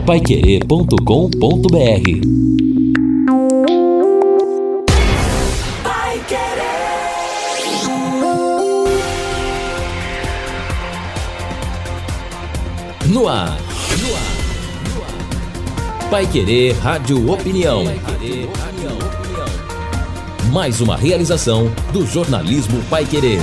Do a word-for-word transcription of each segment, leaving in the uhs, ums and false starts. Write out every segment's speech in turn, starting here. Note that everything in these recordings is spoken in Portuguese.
paiquerê ponto com ponto br. No ar. No ar. No ar. Paiquerê Rádio Opinião. Mais uma realização do jornalismo Paiquerê.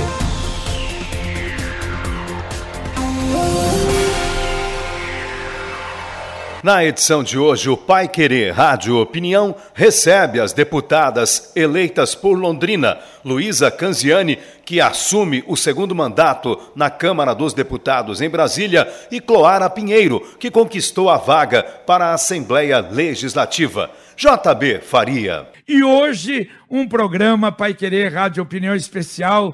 Na edição de hoje, o Paiquerê Rádio Opinião recebe as deputadas eleitas por Londrina, Luísa Canziani, que assume o segundo mandato na Câmara dos Deputados em Brasília, e Cloara Pinheiro, que conquistou a vaga para a Assembleia Legislativa. J B Faria. E hoje, um programa Paiquerê Rádio Opinião especial,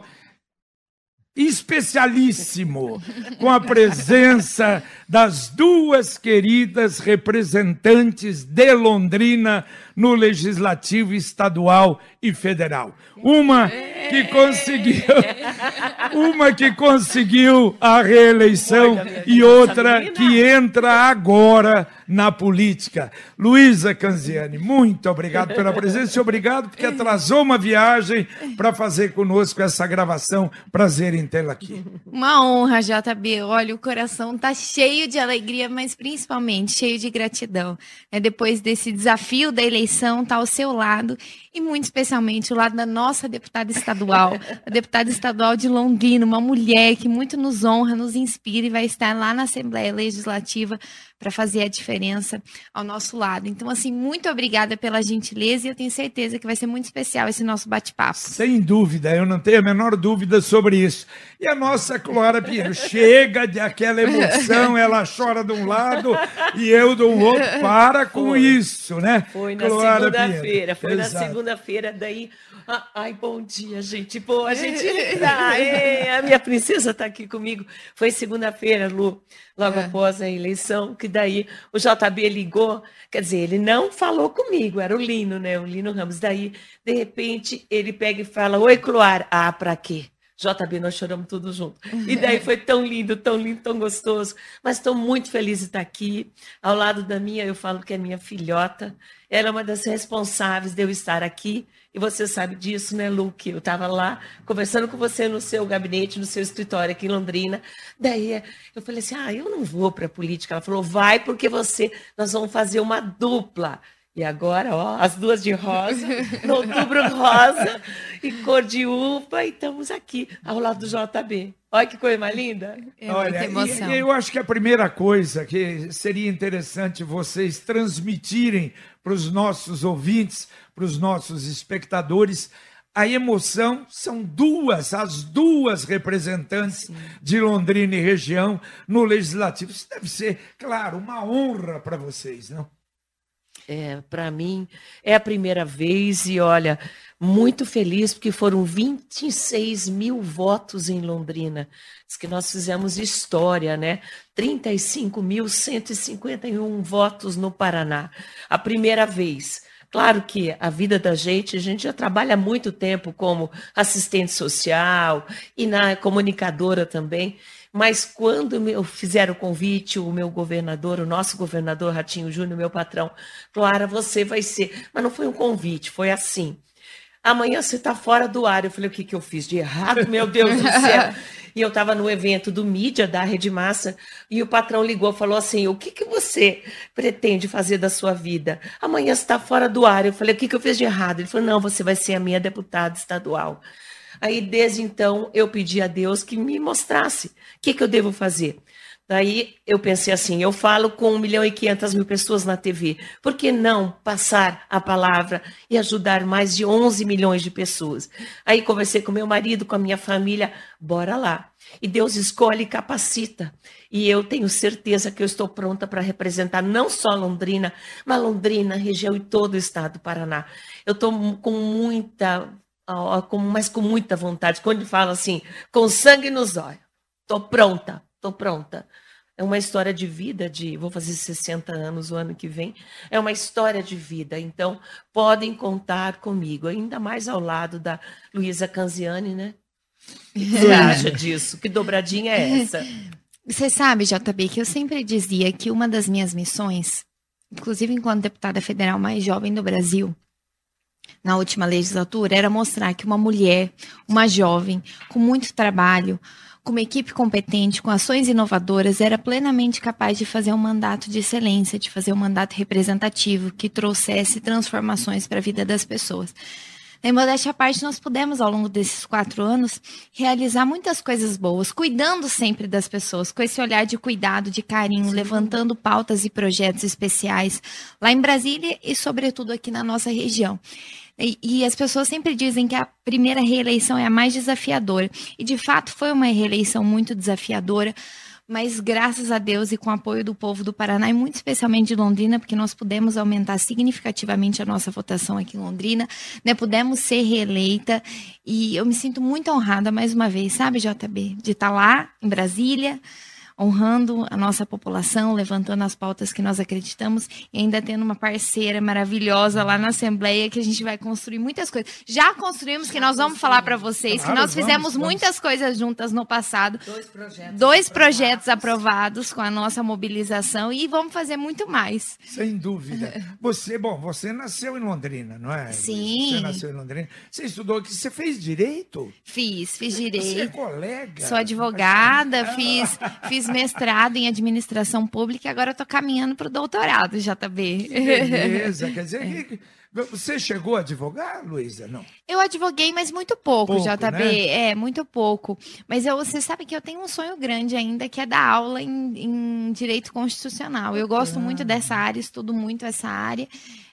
especialíssimo, com a presença das duas queridas representantes de Londrina no Legislativo Estadual e Federal. Uma que conseguiu, uma que conseguiu a reeleição e outra que entra agora na política. Luísa Canziani, muito obrigado pela presença e obrigado porque atrasou uma viagem para fazer conosco essa gravação. Prazer em tê-la aqui. Uma honra, J B. Olha, o coração está cheio de alegria, mas principalmente cheio de gratidão. É, depois desse desafio da eleição, está ao seu lado e muito especialmente o lado da nossa deputada estadual, a deputada estadual de Londrina, uma mulher que muito nos honra, nos inspira e vai estar lá na Assembleia Legislativa para fazer a diferença ao nosso lado. Então, assim, muito obrigada pela gentileza e eu tenho certeza que vai ser muito especial esse nosso bate-papo. Sem dúvida, eu não tenho a menor dúvida sobre isso. E a nossa Cloara Pinheiro chega de aquela emoção, ela chora de um lado e eu do outro. Para com Foi. isso, né? Foi na Cloara segunda-feira, foi Exato. na segunda-feira, daí... Ah, ai, bom dia, gente. Pô, a gente tá, é, a minha princesa tá aqui comigo. Foi segunda-feira, Lu, logo é. após a eleição, que daí o J B ligou, quer dizer, ele não falou comigo, era o Lino, né, o Lino Ramos. Daí, de repente, ele pega e fala, oi, Cloara. Ah, pra quê? J B, nós choramos tudo junto. E daí foi tão lindo, tão lindo, tão gostoso. Mas estou muito feliz de estar aqui. Ao lado da minha, eu falo que é minha filhota. Ela é uma das responsáveis de eu estar aqui. E você sabe disso, né, Lu? Que eu estava lá conversando com você no seu gabinete, no seu escritório aqui em Londrina. Daí eu falei assim, ah, eu não vou para a política. Ela falou, vai porque você, nós vamos fazer uma dupla. E agora, ó, as duas de rosa, no outubro rosa e cor de uva, e estamos aqui, ao lado do J B. Olha que coisa mais linda. É Olha, emoção. E, e eu acho que a primeira coisa que seria interessante vocês transmitirem para os nossos ouvintes, para os nossos espectadores, a emoção são duas, as duas representantes Sim. de Londrina e região no Legislativo. Isso deve ser, claro, uma honra para vocês, não? É, para mim é a primeira vez e olha, muito feliz porque foram vinte e seis mil votos em Londrina. Diz que nós fizemos história, né? trinta e cinco mil cento e cinquenta e um votos no Paraná. A primeira vez. Claro que a vida da gente, a gente já trabalha há muito tempo como assistente social e na comunicadora também. Mas quando me fizeram o convite, o meu governador, o nosso governador Ratinho Júnior, meu patrão, Cloara, você vai ser... Mas não foi um convite, foi assim. Amanhã você está fora do ar. Eu falei, o que, que eu fiz de errado, meu Deus do céu? E eu estava no evento do mídia, da Rede Massa, e o patrão ligou e falou assim, o que, que você pretende fazer da sua vida? Amanhã você está fora do ar. Eu falei, o que, que eu fiz de errado? Ele falou, não, você vai ser a minha deputada estadual. Aí, desde então, eu pedi a Deus que me mostrasse o que, que eu devo fazer. Daí, eu pensei assim, eu falo com um milhão e quinhentas mil pessoas na T V, por que não passar a palavra e ajudar mais de onze milhões de pessoas? Aí, conversei com meu marido, com a minha família, bora lá. E Deus escolhe e capacita. E eu tenho certeza que eu estou pronta para representar não só Londrina, mas Londrina, região e todo o estado do Paraná. Eu estou com muita... mas com muita vontade, quando fala assim, com sangue nos olhos, tô pronta, tô pronta. É uma história de vida, de vou fazer sessenta anos o ano que vem, é uma história de vida, então podem contar comigo, ainda mais ao lado da Luísa Canziani, né? O que você acha disso? Que dobradinha é essa? Você sabe, J B, que eu sempre dizia que uma das minhas missões, inclusive enquanto deputada federal mais jovem do Brasil, na última legislatura, era mostrar que uma mulher, uma jovem, com muito trabalho, com uma equipe competente, com ações inovadoras, era plenamente capaz de fazer um mandato de excelência, de fazer um mandato representativo, que trouxesse transformações para a vida das pessoas. Em modéstia à parte, nós pudemos, ao longo desses quatro anos, realizar muitas coisas boas, cuidando sempre das pessoas, com esse olhar de cuidado, de carinho, Sim. levantando pautas e projetos especiais lá em Brasília e, sobretudo, aqui na nossa região. E, e as pessoas sempre dizem que a primeira reeleição é a mais desafiadora. E, de fato, foi uma reeleição muito desafiadora, mas graças a Deus e com o apoio do povo do Paraná, e muito especialmente de Londrina, porque nós pudemos aumentar significativamente a nossa votação aqui em Londrina, né? Pudemos ser reeleita, e eu me sinto muito honrada, mais uma vez, sabe, J B, de estar lá em Brasília, honrando a nossa população, levantando as pautas que nós acreditamos e ainda tendo uma parceira maravilhosa lá na Assembleia, que a gente vai construir muitas coisas. Já construímos, Já que nós vamos falar para vocês, claro, que nós fizemos vamos, muitas vamos. coisas juntas no passado. Dois projetos, Dois projetos aprovados com a nossa mobilização e vamos fazer muito mais. Sem dúvida. Você, bom, você nasceu em Londrina, não é? Sim. Você nasceu em Londrina. Você estudou aqui, você fez Direito? Fiz, fiz Direito. Você é colega? Sou advogada, fiz... fiz mestrado em administração pública e agora eu tô caminhando para o doutorado, J B. Beleza, quer dizer, que você chegou a advogar, Luísa? Não. Eu advoguei, mas muito pouco, pouco J B. Né? É, muito pouco. Mas eu, você sabe que eu tenho um sonho grande ainda, que é dar aula em, em direito constitucional. Eu gosto ah. muito dessa área, estudo muito essa área.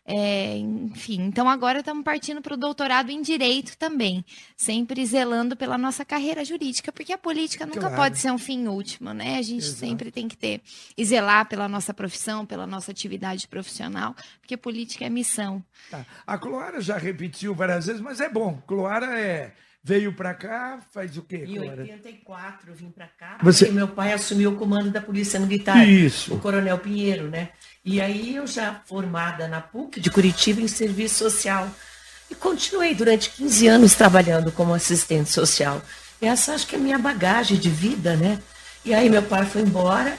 É, enfim, então agora estamos partindo para o doutorado em Direito também, sempre zelando pela nossa carreira jurídica, porque a política nunca claro. pode ser um fim último, né? A gente Exato. sempre tem que ter e zelar pela nossa profissão, pela nossa atividade profissional, porque política é missão. Tá. A Cloara já repetiu várias vezes, mas é bom. Cloara é... veio para cá, faz o quê, Cloara? Em oitenta e quatro eu vim para cá, Você... porque meu pai assumiu o comando da Polícia Militar, Isso. o Coronel Pinheiro, né? E aí eu já formada na P U C de Curitiba em Serviço Social. E continuei durante quinze anos trabalhando como assistente social. E essa acho que é a minha bagagem de vida, né? E aí meu pai foi embora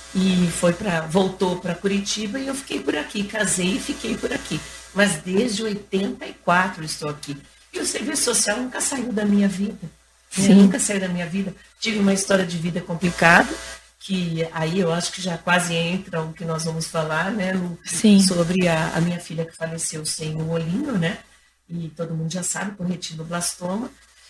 e foi pra, voltou para Curitiba e eu fiquei por aqui. Casei e fiquei por aqui. Mas desde oitenta e quatro estou aqui. E o serviço social nunca saiu da minha vida. Né? Nunca saiu da minha vida. Tive uma história de vida complicada, que aí eu acho que já quase entra o que nós vamos falar, né, Lu? Sim. Sobre a, a minha filha que faleceu sem o olhinho, né? E todo mundo já sabe, por retinoblastoma.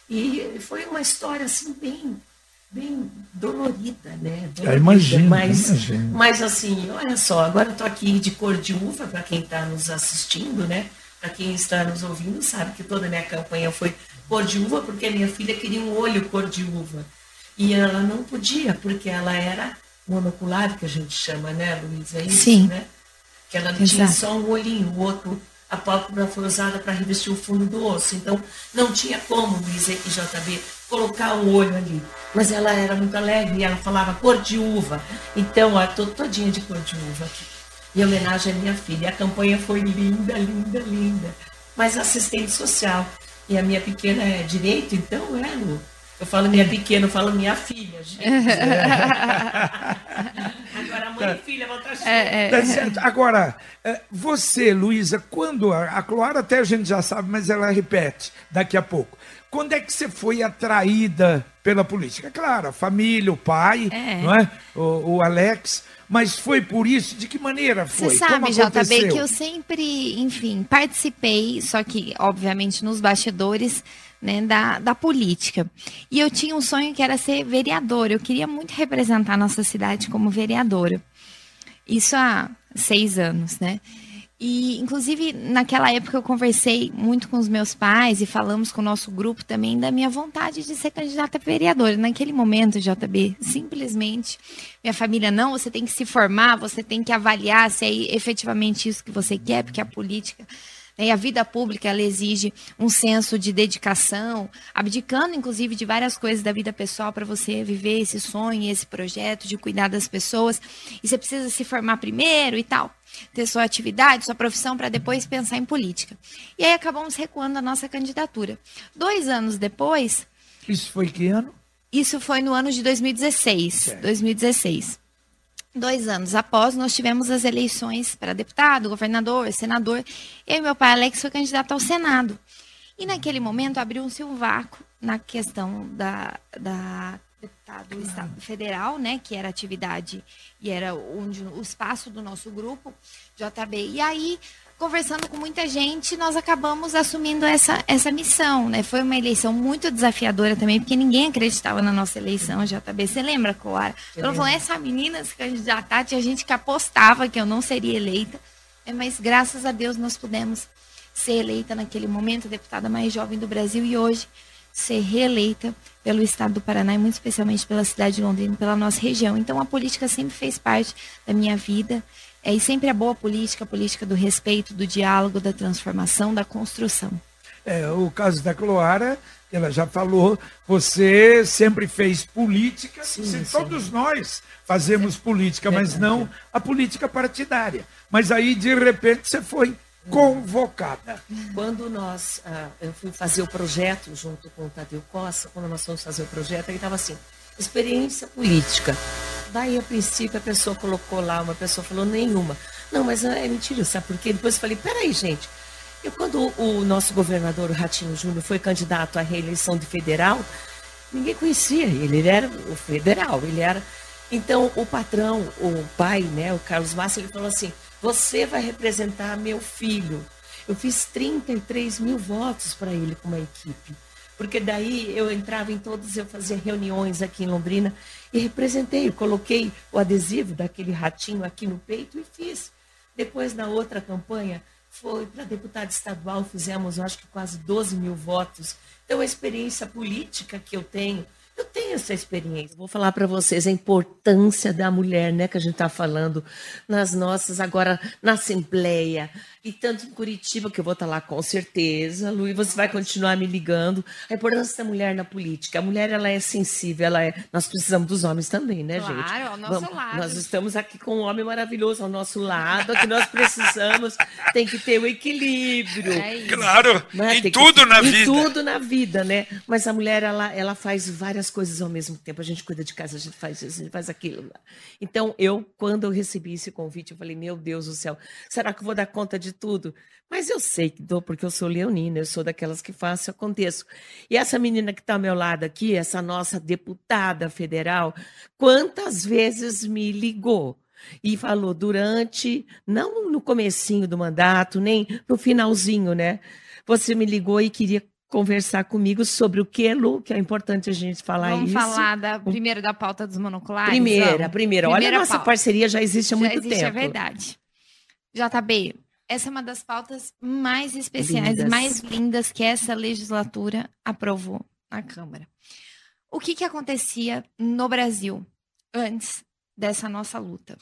E foi uma história, assim, bem, bem dolorida, né? Dolorida, eu imagino, mas, imagino. Mas, assim, olha só, agora eu estou aqui de cor de uva, para quem está nos assistindo, né? Para quem está nos ouvindo, sabe que toda a minha campanha foi cor de uva, porque a minha filha queria um olho cor de uva. E ela não podia, porque ela era monocular, que a gente chama, né, Luísa? É isso, Sim. né? Que ela Exato. tinha só um olhinho, o outro, a pálpebra foi usada para revestir o fundo do osso. Então, não tinha como, Luísa e J B, colocar um olho ali. Mas ela era muito alegre e ela falava cor de uva. Então, eu tô todinha de cor de uva aqui. Em homenagem à minha filha. A campanha foi linda, linda, linda. Mas assistente social. E a minha pequena é direito, então é, Lu. Eu falo minha pequena, eu falo minha filha, gente. Agora mãe e filha vão estar cheias. É, é. Tá certo. Agora, você, Luísa, quando... A Cloara até a gente já sabe, mas ela repete daqui a pouco. Quando é que você foi atraída pela política? Claro, a família, o pai, é. não é? O, o Alex... Mas foi por isso? De que maneira foi? Você sabe, J B, que eu sempre, enfim, participei, só que, obviamente, nos bastidores, né, da, da política. E eu tinha um sonho que era ser vereadora. Eu queria muito representar a nossa cidade como vereadora. Isso há seis anos, né? E, inclusive, naquela época eu conversei muito com os meus pais e falamos com o nosso grupo também da minha vontade de ser candidata a vereadora. Naquele momento, J B, simplesmente, minha família, não, você tem que se formar, você tem que avaliar se é efetivamente isso que você quer, porque a política... E a vida pública, ela exige um senso de dedicação, abdicando, inclusive, de várias coisas da vida pessoal para você viver esse sonho, esse projeto de cuidar das pessoas. E você precisa se formar primeiro e tal, ter sua atividade, sua profissão, para depois pensar em política. E aí acabamos recuando a nossa candidatura. Dois anos depois... Isso foi que ano? Isso foi no ano de dois mil e dezesseis. Certo. dois mil e dezesseis. Dois anos após, nós tivemos as eleições para deputado, governador, senador. Eu e meu pai Alex foi candidato ao Senado. E naquele momento abriu-se um vácuo na questão da, da deputado Estado Federal, né, que era a atividade e era onde, o espaço do nosso grupo, J B. E aí, conversando com muita gente, nós acabamos assumindo essa, essa missão, né? Foi uma eleição muito desafiadora também, porque ninguém acreditava na nossa eleição, J B. Você lembra, Clara? Ela falou, essa menina se candidatar, tinha gente que apostava que eu não seria eleita, mas graças a Deus nós pudemos ser eleita naquele momento, a deputada mais jovem do Brasil, e hoje ser reeleita pelo estado do Paraná e muito especialmente pela cidade de Londrina, pela nossa região. Então a política sempre fez parte da minha vida, é, e sempre a boa política, a política do respeito, do diálogo, da transformação, da construção. É, o caso da Cloara, ela já falou, você sempre fez política, Sim, sim, sim. todos nós fazemos política, mas Verdade. não a política partidária. Mas aí, de repente, você foi convocada. Quando nós, ah, eu fui fazer o projeto junto com o Tadeu Costa, quando nós fomos fazer o projeto, ele estava assim, experiência política. Daí, a princípio, a pessoa colocou lá, uma pessoa falou, nenhuma. Não, mas é mentira, sabe por quê? Depois eu falei, peraí, gente, e quando o, o nosso governador, o Ratinho Júnior, foi candidato à reeleição de federal, ninguém conhecia ele, ele era o federal, ele era... Então, o patrão, o pai, né, o Carlos Massa, ele falou assim, você vai representar meu filho. Eu fiz trinta e três mil votos para ele com uma equipe. Porque daí eu entrava em todos, eu fazia reuniões aqui em Londrina e representei, eu coloquei o adesivo daquele ratinho aqui no peito e fiz. Depois, na outra campanha, foi para deputado estadual, fizemos, eu acho que quase doze mil votos. Então, a experiência política que eu tenho, eu tenho essa experiência. Vou falar para vocês a importância da mulher, né, que a gente está falando nas nossas, agora na Assembleia, e tanto em Curitiba, que eu vou estar lá com certeza, Lu, e você vai continuar me ligando. A importância da mulher na política. A mulher, ela é sensível, ela é... Nós precisamos dos homens também, né, Claro, gente? ao nosso Vamos, lado. Nós estamos aqui com um homem maravilhoso ao nosso lado, que nós precisamos, tem que ter o equilíbrio. É isso. Claro, Né? em Tem que- tudo na em vida. tudo na vida, né? Mas a mulher, ela, ela faz várias coisas ao mesmo tempo. A gente cuida de casa, a gente faz isso, a gente faz aquilo. Então, eu, quando eu recebi esse convite, eu falei, meu Deus do céu, será que eu vou dar conta de tudo? Mas eu sei que dou, porque eu sou leonina, eu sou daquelas que faço e aconteço. E essa menina que está ao meu lado aqui, essa nossa deputada federal, quantas vezes me ligou? E falou durante, não no comecinho do mandato, nem no finalzinho, né? Você me ligou e queria conversar comigo sobre o que, Lu, que é importante a gente falar Vamos isso. falar da, primeiro da pauta dos monoculares? Primeira, Vamos. primeira. Olha, a nossa pauta. parceria já existe há Já muito existe, tempo. é verdade. J B, essa é uma das pautas mais especiais, Lindas. mais lindas que essa legislatura aprovou na Câmara. O que, que acontecia no Brasil antes dessa nossa luta?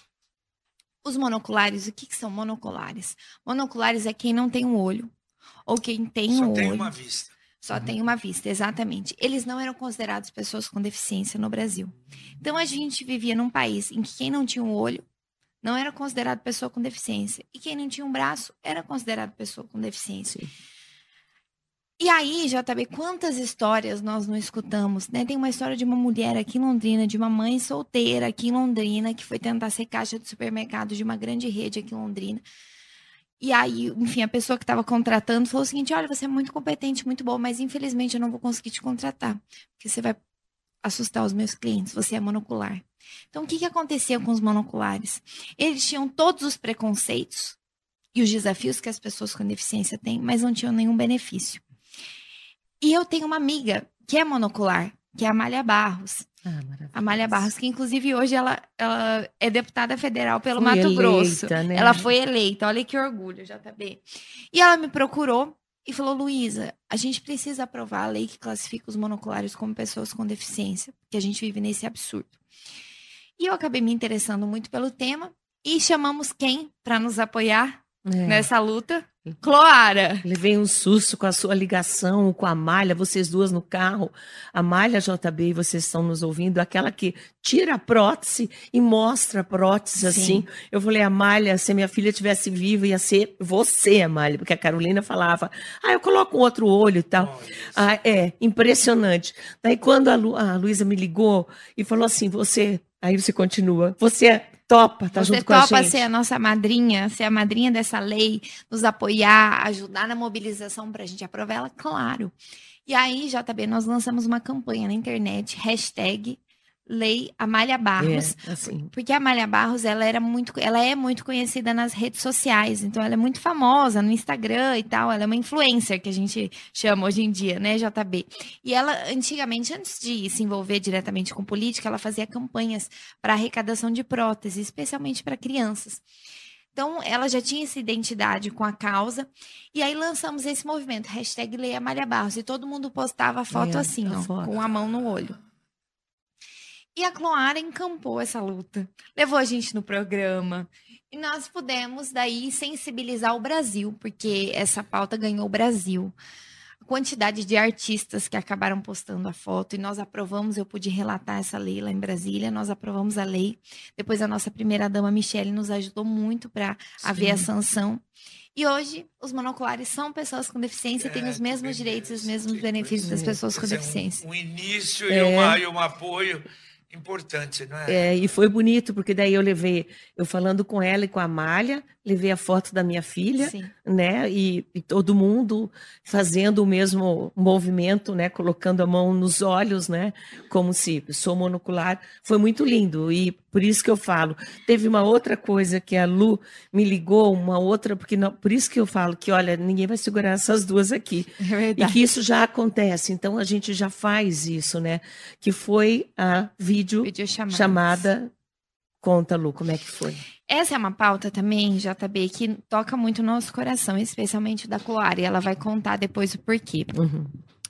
Os monoculares, o que, que são monoculares? Monoculares é quem não tem um olho, ou quem tem Só um tem olho. uma vista. Só tem uma vista, exatamente. Eles não eram considerados pessoas com deficiência no Brasil. Então, a gente vivia num país em que quem não tinha um olho não era considerado pessoa com deficiência. E quem não tinha um braço era considerado pessoa com deficiência. Sim. E aí, J B, quantas histórias nós não escutamos, né? Tem uma história de uma mulher aqui em Londrina, de uma mãe solteira aqui em Londrina, que foi tentar ser caixa de supermercado de uma grande rede aqui em Londrina. E aí, enfim, a pessoa que estava contratando falou o seguinte, olha, você é muito competente, muito bom, mas infelizmente eu não vou conseguir te contratar, porque você vai assustar os meus clientes, você é monocular. Então, o que, que acontecia com os monoculares? Eles tinham todos os preconceitos e os desafios que as pessoas com deficiência têm, mas não tinham nenhum benefício. E eu tenho uma amiga que é monocular, que é a Amália Barros. Ah, maravilhoso. Amália Barros, que inclusive hoje ela, ela é deputada federal pelo Foi Mato eleita, Grosso. né? Ela foi eleita, olha que orgulho, J B. E ela me procurou e falou, Luísa, a gente precisa aprovar a lei que classifica os monoculares como pessoas com deficiência, porque a gente vive nesse absurdo. E eu acabei me interessando muito pelo tema e chamamos quem para nos apoiar É. nessa luta? Cloara. Levei um susto com a sua ligação com a Amália, vocês duas no carro. A Amália, J B, e vocês estão nos ouvindo, aquela que tira a prótese e mostra a prótese. Sim. Assim. Eu falei, Amália, se a minha filha tivesse viva, ia ser você, Amália, porque a Carolina falava, ah, eu coloco outro olho e tal. Ah, é, impressionante. Daí quando a, Lu, a Luísa me ligou e falou assim, você, aí você continua, você é topa, tá Você junto com a gente. topa ser a nossa madrinha, ser a madrinha dessa lei, nos apoiar, ajudar na mobilização para a gente aprovar ela? Claro. E aí, J B, nós lançamos uma campanha na internet, hashtag Lei Amália Barros, é, assim. Porque a Amália Barros, ela, era muito, ela é muito conhecida nas redes sociais, então ela é muito famosa no Instagram e tal, ela é uma influencer, que a gente chama hoje em dia, né, J B? E ela, antigamente, antes de se envolver diretamente com política, ela fazia campanhas para arrecadação de próteses, especialmente para crianças. Então, ela já tinha essa identidade com a causa, e aí lançamos esse movimento, hashtag Lei Amália Barros, e todo mundo postava a foto é, assim, a ó, foto. com a mão no olho. E a Cloara encampou essa luta, levou a gente no programa e nós pudemos daí sensibilizar o Brasil, porque essa pauta ganhou o Brasil. A quantidade de artistas que acabaram postando a foto e nós aprovamos, eu pude relatar essa lei lá em Brasília, nós aprovamos a lei. Depois a nossa primeira-dama Michele nos ajudou muito para haver a sanção. E hoje, os monoculares são pessoas com deficiência é, e têm os mesmos direitos e os mesmos benefícios das pessoas com deficiência. Um, um início é. e, uma, e um apoio importante, não é? É, e foi bonito, porque daí eu levei, eu falando com ela e com a Amália, levei a foto da minha filha, Sim. né, e, e todo mundo fazendo o mesmo movimento, né, colocando a mão nos olhos, né, como se sou monocular, foi muito lindo, e por isso que eu falo, teve uma outra coisa que a Lu me ligou, uma outra, porque não, por isso que eu falo que, olha, ninguém vai segurar essas duas aqui, é e que isso já acontece, então a gente já faz isso, né, que foi a vídeo chamada. Conta, Lu, como é que foi? Essa é uma pauta também, J B, que toca muito o nosso coração, especialmente da Cloara, e ela vai contar depois o porquê. Uhum.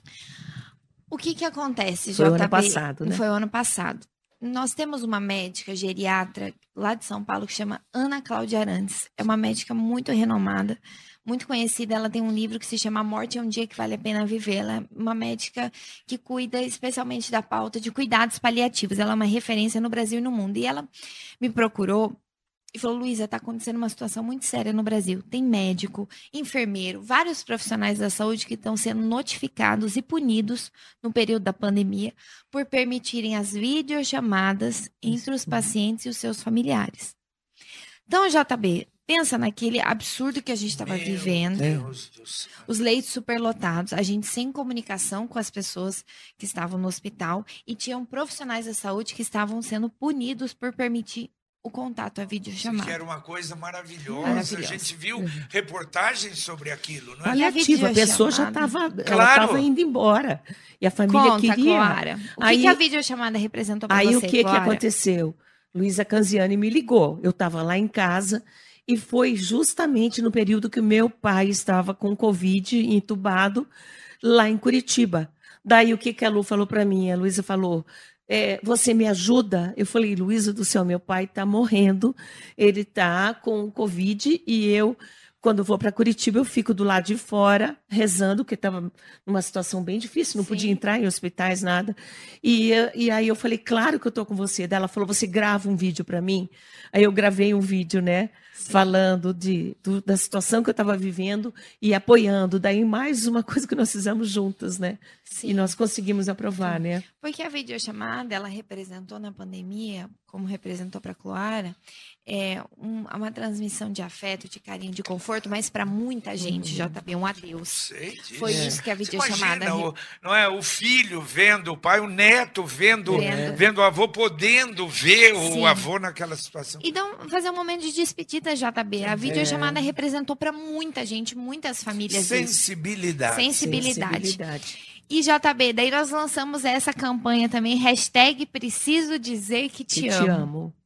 O que que acontece, foi J B? Foi o ano passado, né? Foi o ano passado. Nós temos uma médica geriatra lá de São Paulo que chama Ana Cláudia Arantes. É uma médica muito renomada, muito conhecida. Ela tem um livro que se chama A Morte é um Dia que Vale a Pena Viver. Ela é uma médica que cuida especialmente da pauta de cuidados paliativos. Ela é uma referência no Brasil e no mundo. E ela me procurou e falou, Luísa, está acontecendo uma situação muito séria no Brasil. Tem médico, enfermeiro, vários profissionais da saúde que estão sendo notificados e punidos no período da pandemia por permitirem as videochamadas entre os pacientes e os seus familiares. Então, J B, pensa naquele absurdo que a gente estava vivendo. Deus Deus. Os leitos superlotados, a gente sem comunicação com as pessoas que estavam no hospital e tinham profissionais da saúde que estavam sendo punidos por permitir o contato, a videochamada. Que era uma coisa maravilhosa. Maravilhosa. A gente viu reportagens sobre aquilo, não é? Paliativa, a, a pessoa já estava claro. indo embora. E a família Conta, queria. Clara. O aí, que, que a videochamada representou para você, Aí o que, Clara? que aconteceu? Luísa Canziani me ligou. Eu estava lá em casa e foi justamente no período que o meu pai estava com Covid, entubado, lá em Curitiba. Daí o que, que a Lu falou para mim? A Luísa falou... É, você me ajuda? Eu falei, Luísa do céu, meu pai está morrendo, ele está com Covid e eu, quando eu vou para Curitiba, eu fico do lado de fora rezando, porque estava numa situação bem difícil, não Sim. podia entrar em hospitais, nada. E, e aí eu falei, claro que eu estou com você. Daí ela falou, você grava um vídeo para mim? Aí eu gravei um vídeo, né? Sim. Falando de, do, da situação que eu estava vivendo e apoiando. Daí mais uma coisa que nós fizemos juntas, né? Sim. E nós conseguimos aprovar, Sim. né? Porque a videochamada, ela representou na pandemia, como representou para a Cloara, é um, uma transmissão de afeto, de carinho, de conforto, mas para muita gente, uhum. J B, um adeus. Sei disso. Foi é. isso que a videochamada... Imagina, o, não é, o filho vendo o pai, o neto vendo, vendo. vendo o avô, podendo ver Sim. o avô naquela situação. Então, fazer um momento de despedida, J B. A videochamada é. representou para muita gente, muitas famílias. Sensibilidade. Sensibilidade. Sensibilidade. E J B, daí nós lançamos essa campanha também, hashtag Preciso Dizer Que Te, que amo. te amo.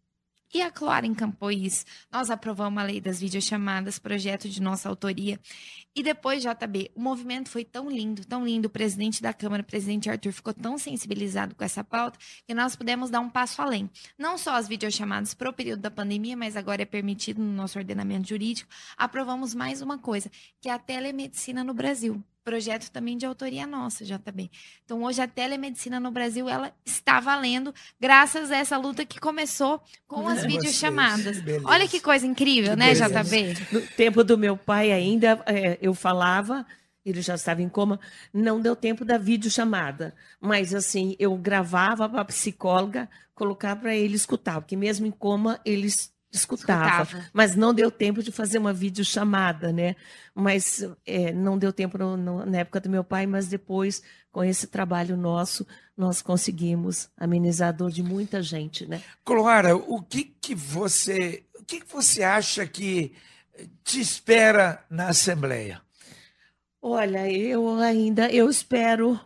E a Cloara encampou isso. Nós aprovamos a lei das videochamadas, projeto de nossa autoria. E depois, J B, o movimento foi tão lindo, tão lindo. O presidente da Câmara, o presidente Arthur, ficou tão sensibilizado com essa pauta que nós pudemos dar um passo além. Não só as videochamadas para o período da pandemia, mas agora é permitido no nosso ordenamento jurídico. Aprovamos mais uma coisa, que é a telemedicina no Brasil. Projeto também de autoria nossa, J B. Então, hoje, a telemedicina no Brasil, ela está valendo, graças a essa luta que começou com as videochamadas. Olha que coisa incrível, que né, beleza. J B? No tempo do meu pai ainda, é, eu falava, ele já estava em coma, não deu tempo da videochamada. Mas, assim, eu gravava para a psicóloga, colocava para ele escutar, porque mesmo em coma, eles... Escutava, Escutava, mas não deu tempo de fazer uma videochamada, né? Mas é, não deu tempo no, no, na época do meu pai, mas depois, com esse trabalho nosso, nós conseguimos amenizar a dor de muita gente, né? Cloara, o que que você, o que que você acha que te espera na Assembleia? Olha, eu ainda, eu espero...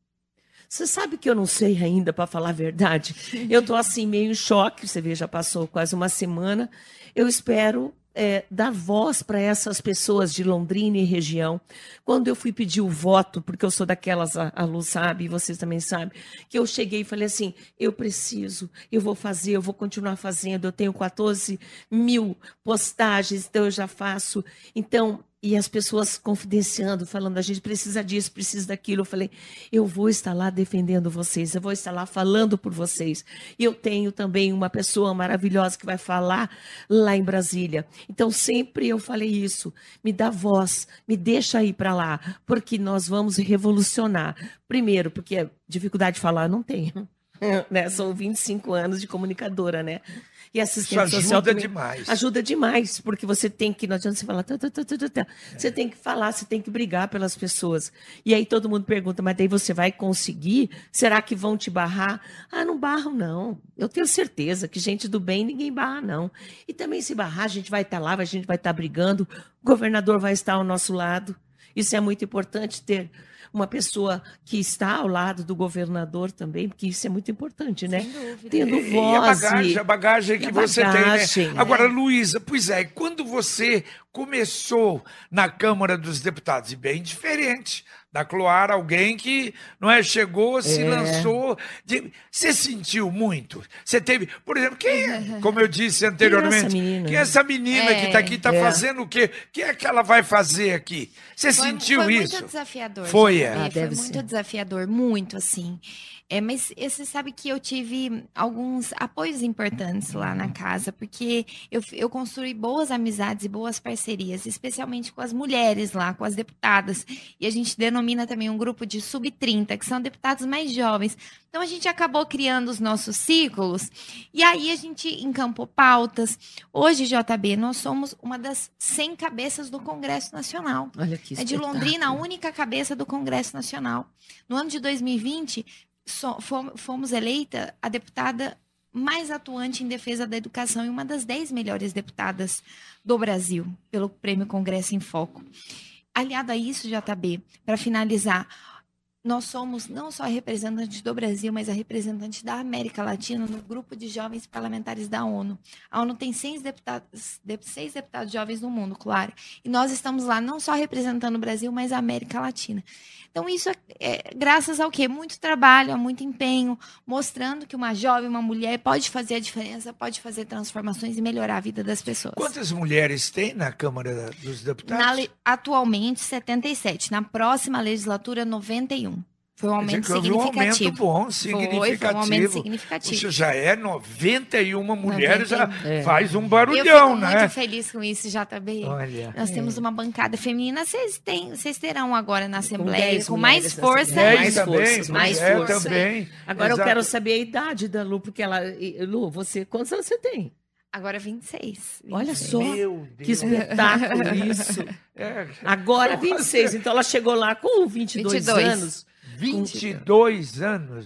Você sabe que eu não sei ainda, para falar a verdade. Eu estou assim, meio em choque. Você vê, já passou quase uma semana. Eu espero é, dar voz para essas pessoas de Londrina e região. Quando eu fui pedir o voto, porque eu sou daquelas, a, a Lu sabe, e vocês também sabem, que eu cheguei e falei assim, eu preciso, eu vou fazer, eu vou continuar fazendo. Eu tenho quatorze mil postagens, então eu já faço. Então... E as pessoas confidenciando, falando, a gente precisa disso, precisa daquilo. Eu falei, eu vou estar lá defendendo vocês, eu vou estar lá falando por vocês. E eu tenho também uma pessoa maravilhosa que vai falar lá em Brasília. Então, sempre eu falei isso, me dá voz, me deixa ir para lá, porque nós vamos revolucionar. Primeiro, porque dificuldade de falar eu não tenho. Né? São vinte e cinco anos de comunicadora, né? E assistente Isso social ajuda também demais. Ajuda demais, porque você tem que, não adianta você falar, tá, tá, tá, tá, tá. Você tem que falar, você tem que brigar pelas pessoas. E aí todo mundo pergunta, mas daí você vai conseguir? Será que vão te barrar? Ah, não barram, não. Eu tenho certeza que gente do bem ninguém barra, não. E também se barrar, a gente vai estar lá, a gente vai estar brigando, o governador vai estar ao nosso lado. Isso é muito importante ter uma pessoa que está ao lado do governador também, porque isso é muito importante, né? Tendo voz. E a bagagem, a bagagem que você bagagem, tem, né? Agora, Luísa, pois é, quando você começou na Câmara dos Deputados, e bem diferente da Cloara, alguém que não é, chegou, se é. lançou. De... Você sentiu muito? Você teve, por exemplo, quem, como eu disse anteriormente, quem é essa menina, quem é essa menina é. que está aqui, está é. fazendo o quê? O que é que ela vai fazer aqui? Você foi, sentiu foi isso? Foi muito desafiador. Foi, é. Ah, foi muito ser. desafiador, muito assim. É, mas você sabe que eu tive alguns apoios importantes lá na casa, porque eu, eu construí boas amizades e boas parcerias, especialmente com as mulheres lá, com as deputadas. E a gente denomina também um grupo de sub trinta, que são deputados mais jovens. Então, a gente acabou criando os nossos ciclos e aí a gente encampou pautas. Hoje, J B, nós somos uma das cem cabeças do Congresso Nacional. Olha que é de Londrina, a única cabeça do Congresso Nacional. No ano de dois mil e vinte... So, fomos eleita a deputada mais atuante em defesa da educação e uma das dez melhores deputadas do Brasil, pelo Prêmio Congresso em Foco. Aliado a isso, J B, para finalizar, nós somos não só a representante do Brasil, mas a representante da América Latina no grupo de jovens parlamentares da ONU. A ONU tem seis deputados, seis deputados jovens no mundo, claro. E nós estamos lá não só representando o Brasil, mas a América Latina. Então, isso é, é graças ao quê? Muito trabalho, a muito empenho, mostrando que uma jovem, uma mulher pode fazer a diferença, pode fazer transformações e melhorar a vida das pessoas. Quantas mulheres tem na Câmara dos Deputados? Na, atualmente, setenta e sete. Na próxima legislatura, noventa e um. Foi um aumento significativo. Um aumento bom, significativo. Foi, foi um aumento significativo. Você já é noventa e uma mulheres, já é. faz um barulhão, eu né? Eu fico muito feliz com isso, J B. Olha. Nós é. temos uma bancada feminina. Vocês têm, vocês terão agora na Assembleia, com, com mais força. Mais forças, mais mais força. também. Agora Exato. eu quero saber a idade da Lu, porque ela... Lu, você, quantos anos você tem? Agora vinte e seis. vinte e seis. Olha só, Meu que espetáculo isso. É. Agora vinte e seis, então ela chegou lá com vinte e dois, vinte e dois. anos. vinte e dois anos.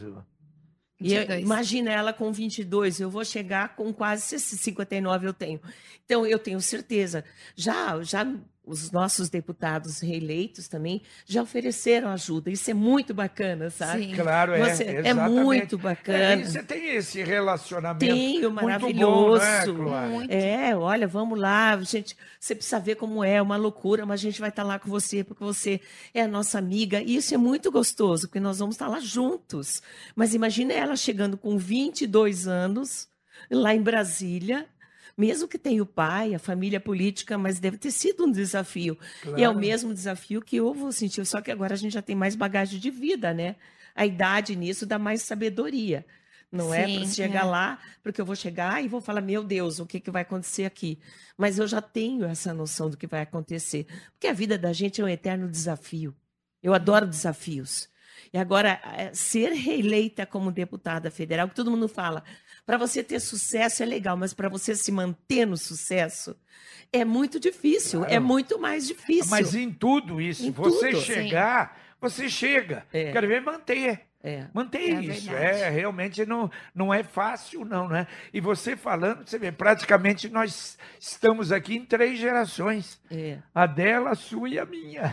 E eu, imagina ela com vinte e dois, eu vou chegar com quase cinquenta e nove eu tenho. Então, eu tenho certeza. Já, já os nossos deputados reeleitos também já ofereceram ajuda. Isso é muito bacana, sabe? Sim. Claro, é. Você, é muito bacana. É, você tem esse relacionamento Tenho, muito maravilhoso. bom, né, Clara? Muito. É, olha, vamos lá, gente, você precisa ver como é, uma loucura, mas a gente vai estar lá com você, porque você é a nossa amiga, e isso é muito gostoso, porque nós vamos estar lá juntos. Mas imagine ela chegando com vinte e dois anos, lá em Brasília, mesmo que tenha o pai, a família política, mas deve ter sido um desafio. Claro. E é o mesmo desafio que eu vou sentir, só que agora a gente já tem mais bagagem de vida, né? A idade nisso dá mais sabedoria. Não é Sim, para chegar é. lá, porque eu vou chegar e vou falar, meu Deus, o que, que vai acontecer aqui? Mas eu já tenho essa noção do que vai acontecer. Porque a vida da gente é um eterno desafio. Eu adoro desafios. E agora, é, ser reeleita como deputada federal, que todo mundo fala, para você ter sucesso é legal, mas para você se manter no sucesso é muito difícil, Claro. é muito mais difícil. Mas em tudo isso, Em você tudo. chegar, você chega. É. Quero ver manter. É. Manter É isso, verdade. é, realmente não, não é fácil não, né? E você falando, você vê, praticamente nós estamos aqui em três gerações, É. a dela, a sua e a minha.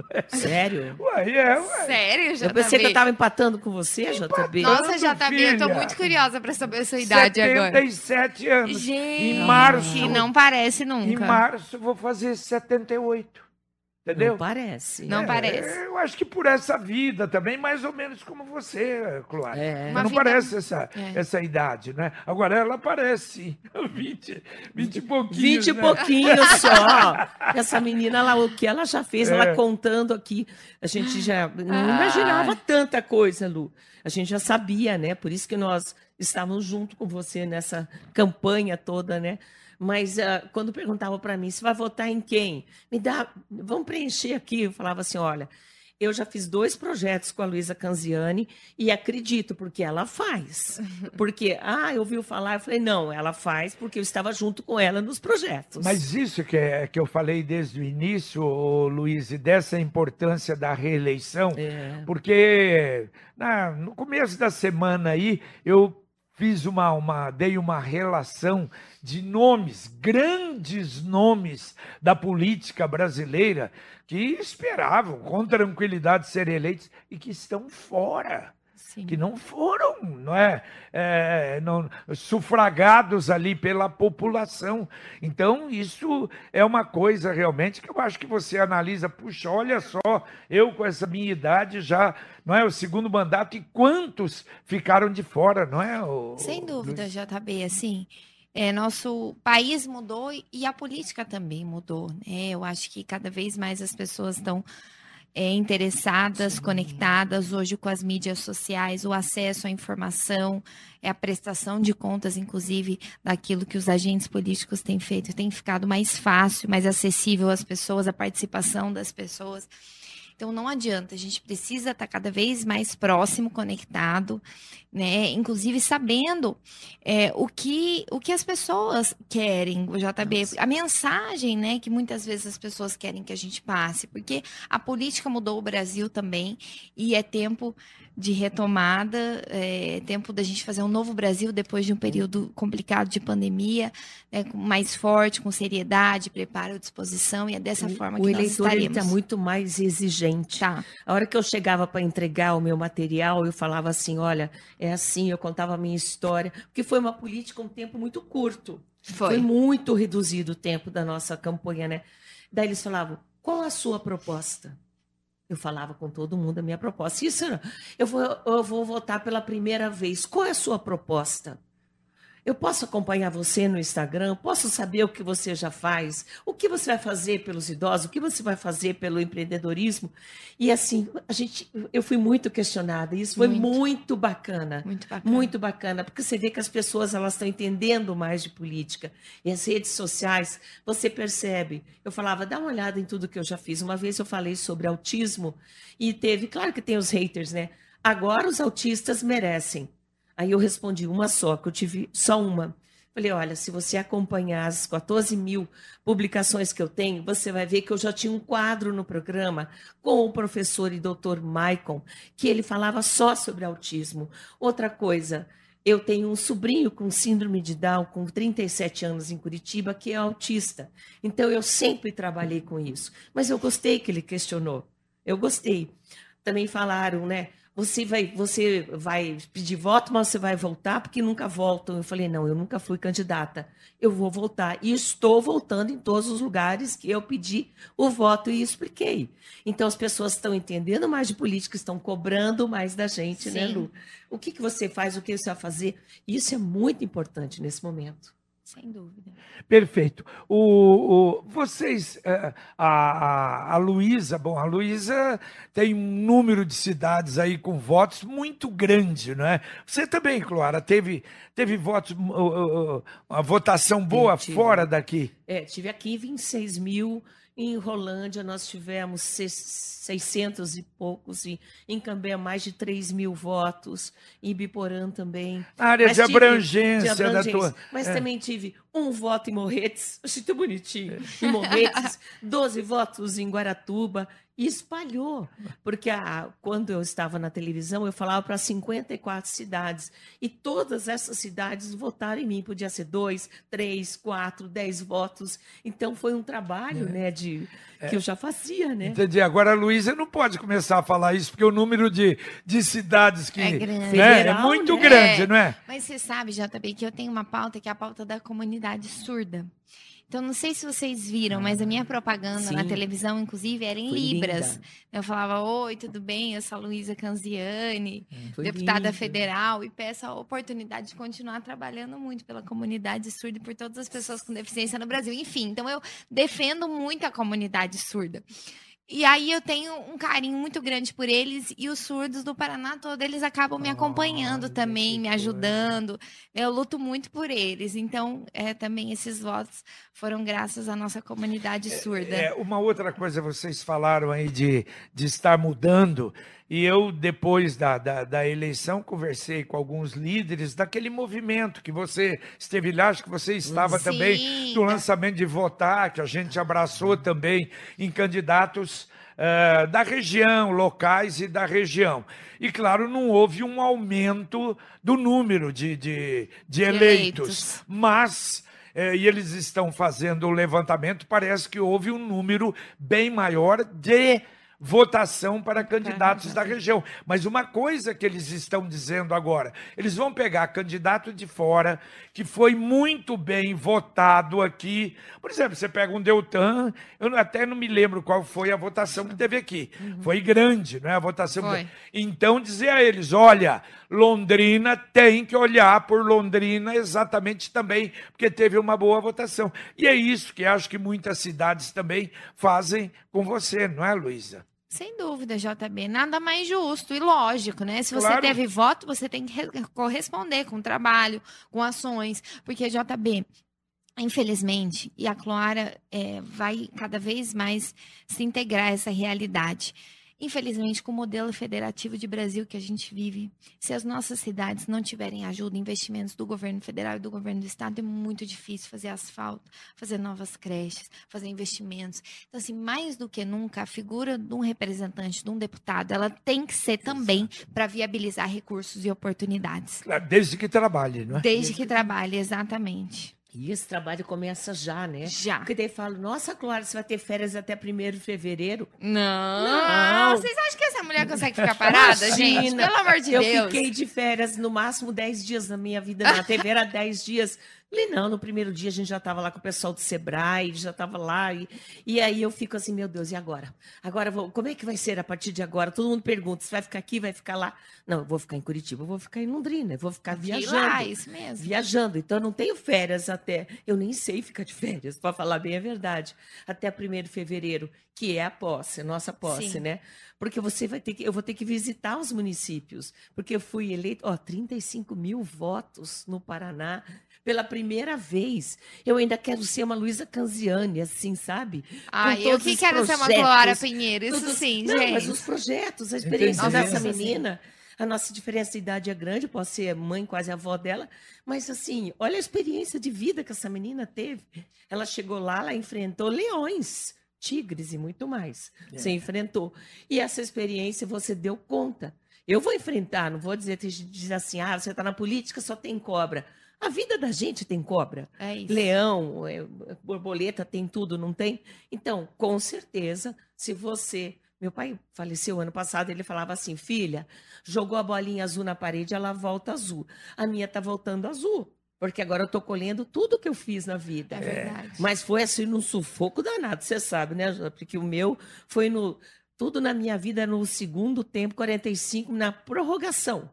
Sério? Ué, é, ué. Sério, J B? Eu pensei que eu estava empatando com você, J B. Nossa, J B, eu tô filha. muito curiosa para saber a sua idade agora. setenta e sete anos. Gente, em março, não parece nunca. em março eu vou fazer setenta e oito. Entendeu? Não parece. Não É, parece. Eu acho que por essa vida também, mais ou menos como você, Clara. É. Mas Uma não vida- parece essa, É. essa idade, né? Agora ela parece vinte, vinte e pouquinhos, Vinte e né? pouquinhos só. Essa menina, lá, o que ela já fez, É. ela contando aqui, a gente já não Ah. imaginava tanta coisa, Lu. A gente já sabia, né? Por isso que nós estávamos junto com você nessa campanha toda, né? Mas ah, quando perguntavam para mim, você vai votar em quem? Me dá, vamos preencher aqui. Eu falava assim, olha, eu já fiz dois projetos com a Luísa Canziani e acredito, porque ela faz. Porque, ah, eu ouvi falar, eu falei, não, ela faz porque eu estava junto com ela nos projetos. Mas isso que, é, que eu falei desde o início, ô, Luiz, e dessa importância da reeleição, É. porque na- no começo da semana aí, eu fiz uma, uma, dei uma relação de nomes, grandes nomes da política brasileira que esperavam com tranquilidade ser eleitos e que estão fora. Sim. Que não foram, não é, é, não, sufragados ali pela população. Então, isso é uma coisa realmente que eu acho que você analisa, puxa, olha só, eu com essa minha idade já, não é, o segundo mandato, e quantos ficaram de fora, não é? O, Sem o- dúvida, J B, assim, é, nosso país mudou e a política também mudou, né? Eu acho que cada vez mais as pessoas estão é, interessadas, conectadas hoje com as mídias sociais, o acesso à informação, é a prestação de contas, inclusive, daquilo que os agentes políticos têm feito, tem ficado mais fácil, mais acessível às pessoas, a participação das pessoas. Então, não adianta, a gente precisa estar cada vez mais próximo, conectado, né? Inclusive sabendo é, o, que, o que as pessoas querem, o J B, Nossa. a mensagem, né, que muitas vezes as pessoas querem que a gente passe, porque a política mudou o Brasil também, e é tempo de retomada, é tempo da gente fazer um novo Brasil depois de um período complicado de pandemia, né, com- mais forte, com seriedade, preparo, disposição, e é dessa forma O que nós eleitor ele estaremos. está muito mais exigente. Tá. A hora que eu chegava para entregar o meu material, eu falava assim, olha, é assim, eu contava a minha história, porque foi uma política um tempo muito curto. Foi. muito reduzido o tempo da nossa campanha, né? Daí eles falavam, qual a sua proposta? Eu falava com todo mundo a minha proposta. Isso, eu vou, eu vou votar pela primeira vez. Qual é a sua proposta? Eu posso acompanhar você no Instagram? Posso saber o que você já faz? O que você vai fazer pelos idosos? O que você vai fazer pelo empreendedorismo? E assim, a gente, eu fui muito questionada. Isso foi Muito. muito bacana. Muito bacana. Muito bacana, porque você vê que as pessoas elas estão entendendo mais de política. E as redes sociais, você percebe. Eu falava, dá uma olhada em tudo que eu já fiz. Uma vez eu falei sobre autismo e teve, claro que tem os haters, né? Agora os autistas merecem. Aí eu respondi uma só, que eu tive só uma. Falei, olha, se você acompanhar as quatorze mil publicações que eu tenho, você vai ver que eu já tinha um quadro no programa com o professor e doutor Maicon, que ele falava só sobre autismo. Outra coisa, Eu tenho um sobrinho com síndrome de Down, com trinta e sete anos em Curitiba, que é autista. Então, eu sempre trabalhei com isso. Mas eu gostei que ele questionou. Eu gostei. Também falaram, né? Você vai, você vai pedir voto, mas você vai voltar porque nunca voltam. Eu falei, não, eu nunca fui candidata. Eu vou voltar. E estou voltando em todos os lugares que eu pedi o voto e expliquei. Então, as pessoas estão entendendo mais de política, estão cobrando mais da gente, Sim. né, Lu? O que, que você faz, o que você vai fazer? Isso é muito importante nesse momento. Sem dúvida. Perfeito. O, o- vocês, eh, a, a, a Luísa, bom, a Luísa tem um número de cidades aí com votos muito grande, não é? Você também, Cloara, teve, teve votos, uh, uh, uh, uma votação boa Tive. fora daqui. É, tive aqui vinte e seis mil, em Rolândia nós tivemos seis- seiscentos e poucos, e em Cambé mais de três mil votos, em Biporã também. Na área Mas de tive- abrangência, de abrangência. da tua... Mas é. também tive um voto em Morretes, achei tão bonitinho, em Morretes, doze votos em Guaratuba, e espalhou, porque a, quando eu estava na televisão, eu falava para cinquenta e quatro cidades, e todas essas cidades votaram em mim, podia ser dois, três, quatro, dez votos, então foi um trabalho, né, de, que eu já fazia, né? Entendi. Agora a Luísa não pode começar a falar isso, porque o número de, de cidades que... É grande. né, é Federal, muito né? grande, É. não é? Mas você sabe, J B, que eu tenho uma pauta que é a pauta da comunidade surda. Então, não sei se vocês viram, mas a minha propaganda Sim. na televisão, inclusive, era em Foi Libras. linda. Eu falava, oi, tudo bem? Eu sou a Luísa Canziani, Foi deputada lindo. federal, e peço a oportunidade de continuar trabalhando muito pela comunidade surda e por todas as pessoas com deficiência no Brasil. Enfim, então eu defendo muito a comunidade surda. E aí eu tenho um carinho muito grande por eles, e os surdos do Paraná todo, eles acabam me acompanhando Olha, também, que me coisa. ajudando. Eu luto muito por eles. Então, é, também esses votos foram graças à nossa comunidade surda. É, uma outra coisa, vocês falaram aí de, de estar mudando, e eu, depois da, da, da eleição, conversei com alguns líderes daquele movimento que você esteve lá, acho que você estava Sim, também, do da- lançamento de Votar, que a gente abraçou também em candidatos eh, da região, locais e da região. E, claro, não houve um aumento do número de, de, de eleitos, eleitos. mas... eh, e eles estão fazendo o levantamento, parece que houve um número bem maior de votação para candidatos da região. Mas uma coisa que eles estão dizendo agora, eles vão pegar candidato de fora, que foi muito bem votado aqui. Por exemplo, você pega um Deltan, eu não- até não me lembro qual foi a votação que teve aqui. Foi grande, não é? A votação. Foi. Então, dizer a eles, olha, Londrina tem que olhar por Londrina exatamente também, porque teve uma boa votação. E é isso que acho que muitas cidades também fazem com você, não é, Luísa? Sem dúvida, J B. Nada mais justo e lógico, né? Se você Claro. teve voto, você tem que re- corresponder com trabalho, com ações. Porque, J B, infelizmente, e a Cloara é, vai cada vez mais se integrar a essa realidade. Infelizmente, com o modelo federativo de Brasil que a gente vive, se as nossas cidades não tiverem ajuda, investimentos do governo federal e do governo do estado, é muito difícil fazer asfalto, fazer novas creches, fazer investimentos. Então, assim, mais do que nunca, a figura de um representante, de um deputado, ela tem que ser também para viabilizar recursos e oportunidades. Claro, desde que trabalhe, não é? Desde que trabalhe, exatamente. E esse trabalho começa já, né? Já. Porque daí falo, nossa, Clara, você vai ter férias até primeiro de fevereiro? Não. Não. Vocês acham que essa mulher consegue ficar parada, gente? Imagina. Pelo amor de eu Deus. fiquei de férias no máximo dez dias na minha vida. Na T V era dez dias. Falei, não, no primeiro dia a gente já estava lá com o pessoal do Sebrae, já estava lá. E, e aí eu fico assim, meu Deus, e agora? Agora, vou, como é que vai ser a partir de agora? Todo mundo pergunta, você vai ficar aqui, vai ficar lá? Não, eu vou ficar em Curitiba, eu vou ficar em Londrina, eu vou ficar viajando. Lá, isso mesmo. Viajando, então eu não tenho férias até. Eu nem sei ficar de férias, para falar bem a verdade. Até primeiro de fevereiro, que é a posse, a nossa posse, Sim. né? Porque você vai ter que, eu vou ter que visitar os municípios, porque eu fui eleito, ó, trinta e cinco mil votos no Paraná. Pela primeira vez, eu ainda quero ser uma Luísa Canziani, assim, sabe? Ai, Com eu todos que os quero ser uma projetos, Cloara Pinheiro, isso todos- sim, Não, gente. mas os projetos, a experiência Entendi. dessa Nossa, sim. menina, a nossa diferença de idade é grande, eu posso ser mãe, quase avó dela, mas assim, olha a experiência de vida que essa menina teve. Ela chegou lá, ela enfrentou leões, tigres e muito mais. Você enfrentou. E essa experiência você deu conta. Eu vou enfrentar, não vou dizer, dizer assim, ah, você está na política, só tem cobra. A vida da gente tem cobra. É isso. Leão, é, borboleta, tem tudo, não tem? Então, com certeza, se você... Meu pai faleceu ano passado, ele falava assim, filha, jogou a bolinha azul na parede, ela volta azul. A minha está voltando azul, porque agora eu estou colhendo tudo que eu fiz na vida. É verdade. Mas foi assim, num sufoco danado, você sabe, né, porque o meu foi no... Tudo na minha vida no segundo tempo, quarenta e cinco, na prorrogação.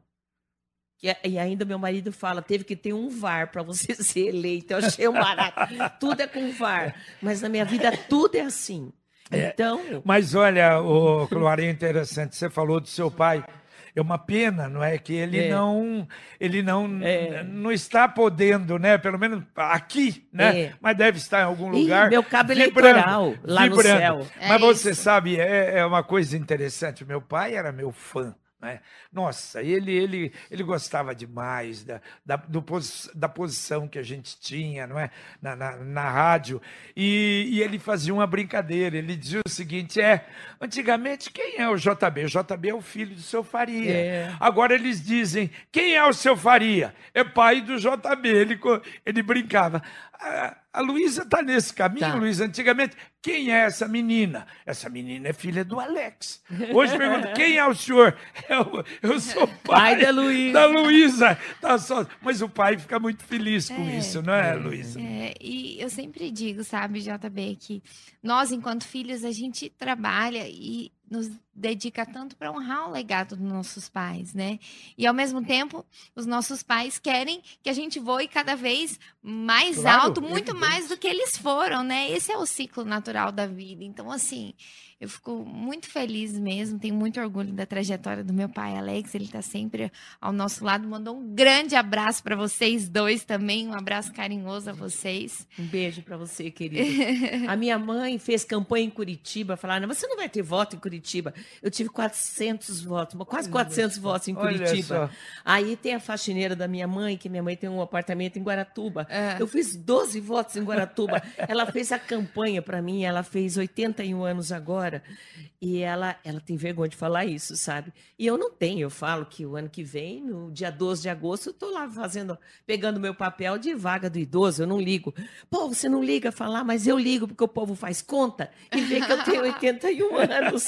E ainda meu marido fala, teve que ter um V A R para você ser eleito. Eu achei um barato. Tudo é com V A R. Mas na minha vida tudo é assim. Então... É, mas olha, o Cloara, é interessante, você falou do seu pai. É uma pena, não é? Que ele é. não, ele não, é. não está podendo, né? Pelo menos aqui, né? É. Mas deve estar em algum lugar. Ih, meu cabo eleitoral, lá vibrando. no céu. Mas é você isso. sabe, é, é uma coisa interessante. Meu pai era meu fã. Né? Nossa, ele, ele, ele gostava demais da, da, do, da posição que a gente tinha, não é? na, na, na rádio, e, e ele fazia uma brincadeira, ele dizia o seguinte, é, antigamente quem é o J B? O J B é o filho do seu Faria, é. Agora eles dizem, quem é o seu Faria? É pai do J B, ele, ele brincava. A, a Luísa está nesse caminho, tá. Luísa, antigamente, quem é essa menina? Essa menina é filha do Alex. Hoje pergunta, quem é o senhor? Eu, eu sou pai, pai da Luísa. Da Luísa. Tá só... Mas o pai fica muito feliz com é, isso, não é, é Luísa? É, e eu sempre digo, sabe, J B, que nós, enquanto filhos, a gente trabalha e nos dedica tanto para honrar o legado dos nossos pais, né? E, ao mesmo tempo, os nossos pais querem que a gente voe cada vez mais claro, alto, muito mais do que eles foram, né? Esse é o ciclo natural da vida. Então, assim, eu fico muito feliz mesmo, tenho muito orgulho da trajetória do meu pai, Alex, ele está sempre ao nosso lado. Mandou um grande abraço para vocês dois também, um abraço carinhoso a vocês. Um beijo para você, querida. A minha mãe fez campanha em Curitiba, falaram, você não vai ter voto em Curitiba. Eu tive quatrocentos votos, quase quatrocentos votos em Curitiba. Aí tem a faxineira da minha mãe, que minha mãe tem um apartamento em Guaratuba. É. Eu fiz doze votos em Guaratuba. Ela fez a campanha para mim, ela fez oitenta e um anos agora, e ela, ela tem vergonha de falar isso, sabe? E eu não tenho, eu falo que o ano que vem, no dia doze de agosto, eu estou lá fazendo, pegando meu papel de vaga do idoso, eu não ligo. Pô, você não liga a falar, mas eu ligo, porque o povo faz conta e vê que eu tenho oitenta e um anos.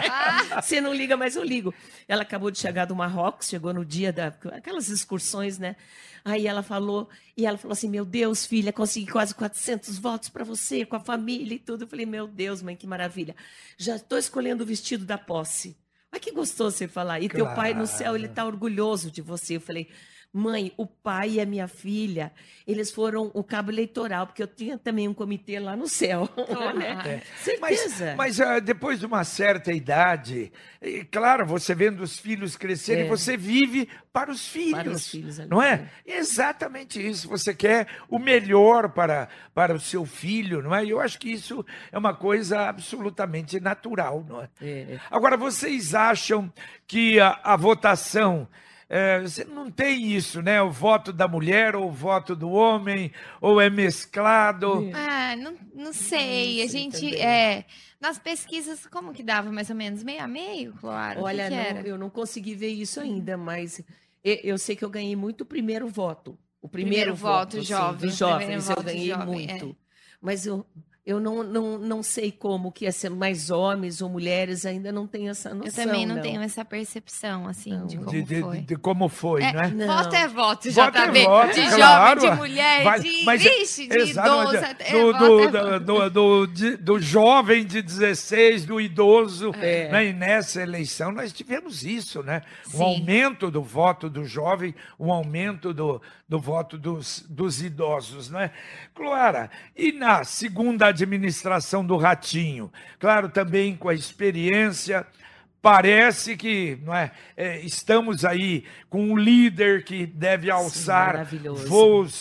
Você não liga, mas eu ligo. Ela acabou de chegar do Marrocos, chegou no dia daquelas excursões, né? Aí ela falou, e ela falou assim, meu Deus, filha, consegui quase quatrocentos votos para você, com a família e tudo. Eu falei, meu Deus, mãe, que maravilha. Já estou escolhendo o vestido da posse. Olha que gostoso você falar. E claro. Teu pai no céu, ele está orgulhoso de você. Eu falei, mãe, o pai e a minha filha, eles foram o cabo eleitoral, porque eu tinha também um comitê lá no céu. Oh, né? é. Certeza. Mas, mas uh, depois de uma certa idade, e, claro, você vendo os filhos crescerem, é. Você vive para os filhos. Para os filhos, não é? é? Exatamente isso. Você quer o melhor para, para o seu filho, não é? E eu acho que isso é uma coisa absolutamente natural, não é? é. Agora, vocês acham que a, a votação... É, você não tem isso, né? O voto da mulher ou o voto do homem, ou é mesclado? Ah, não, não sei. A gente, é, nas pesquisas, como que dava mais ou menos? Meio a meio, Cloara? Olha, que que não, eu não consegui ver isso ainda, mas eu, eu sei que eu ganhei muito o primeiro voto. O primeiro, primeiro voto, voto jovem, sim, dos jovens, eu ganhei jovem, muito. É. Mas eu... Eu não, não, não sei como que ia ser mais homens ou mulheres, ainda não tenho essa noção. Eu também não, não. tenho essa percepção, assim, não. de como de, foi. De, de como foi, é, né? Não. Voto é voto, já tá bem. É de claro. Jovem, de mulher, Vai, de mas, vixe, de exato, idoso. É, é, do, voto do, é do, do, do, de, do jovem de dezesseis, do idoso. É. Né? E nessa eleição nós tivemos isso, né? Um aumento do voto do jovem, um aumento do, do voto dos, dos idosos, né? Cloara, e na segunda administração do Ratinho, claro, também com a experiência, parece que não é, é, estamos aí com um líder que deve alçar Sim, voos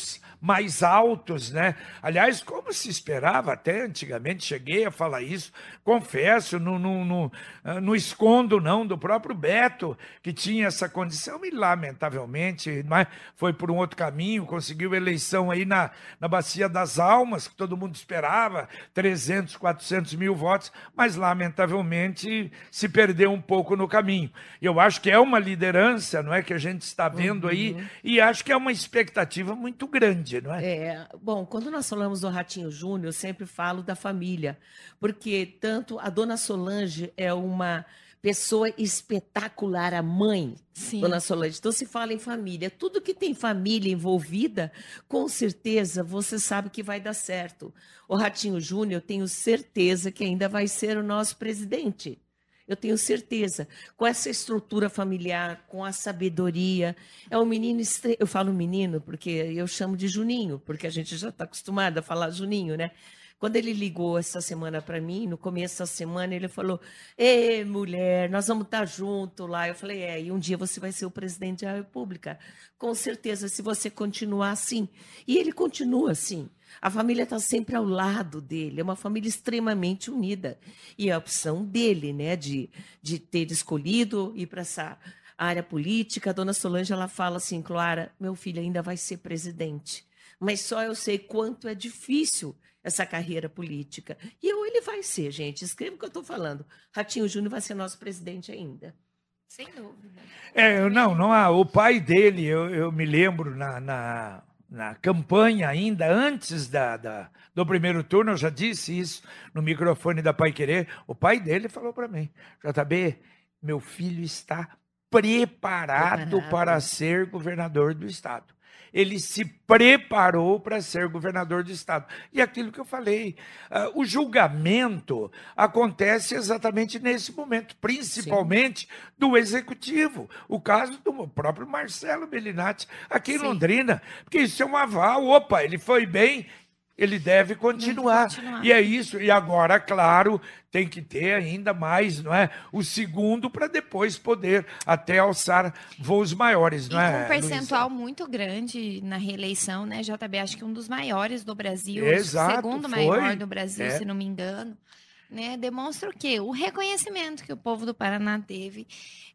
mais altos, né? Aliás, como se esperava até antigamente, cheguei a falar isso, confesso, não, não, não, não escondo não, do próprio Beto, que tinha essa condição e lamentavelmente, mas foi por um outro caminho, conseguiu eleição aí na, na Bacia das Almas, que todo mundo esperava, trezentos, quatrocentos mil votos, mas lamentavelmente se perdeu um pouco no caminho. Eu acho que é uma liderança, não é, que a gente está vendo uhum. aí, e acho que é uma expectativa muito grande, não é? É, bom, quando nós falamos do Ratinho Júnior, eu sempre falo da família, porque tanto a dona Solange é uma pessoa espetacular, a mãe, Sim. dona Solange. Então, se fala em família. Tudo que tem família envolvida, com certeza, você sabe que vai dar certo. O Ratinho Júnior, eu tenho certeza que ainda vai ser o nosso presidente. Eu tenho certeza. Com essa estrutura familiar, com a sabedoria. É um menino... Estre... Eu falo menino porque eu chamo de Juninho, porque a gente já está acostumado a falar Juninho, né? Quando ele ligou essa semana para mim, no começo da semana, ele falou: "Ê, mulher, nós vamos estar juntos lá." Eu falei: "É, e um dia você vai ser o presidente da República. Com certeza, se você continuar assim." E ele continua assim. A família está sempre ao lado dele, é uma família extremamente unida. E é a opção dele, né, de, de ter escolhido ir para essa área política. A dona Solange, ela fala assim: "Clara, meu filho ainda vai ser presidente. Mas só eu sei quanto é difícil essa carreira política." E eu, ele vai ser, gente. Escreva o que eu estou falando. Ratinho Júnior vai ser nosso presidente ainda. Sem dúvida. É, não, não há. O pai dele, eu, eu me lembro na, na, na campanha ainda, antes da, da, do primeiro turno, eu já disse isso no microfone da Pai Querer. O pai dele falou para mim: "J B, meu filho está preparado, preparado para ser governador do estado." Ele se preparou para ser governador do estado. E aquilo que eu falei, uh, o julgamento acontece exatamente nesse momento, principalmente Sim. do executivo. O caso do próprio Marcelo Bellinati aqui Sim. em Londrina, porque isso é um aval. Opa, ele foi bem, ele deve continuar. deve continuar. E é isso. E agora, claro, tem que ter ainda mais, não é? O segundo para depois poder até alçar voos maiores, não e é? Com um percentual Luísa? Muito grande na reeleição, né, J B? Acho que um dos maiores do Brasil, Exato, o segundo foi. maior do Brasil, é. se não me engano. Né, demonstra o quê? O reconhecimento que o povo do Paraná teve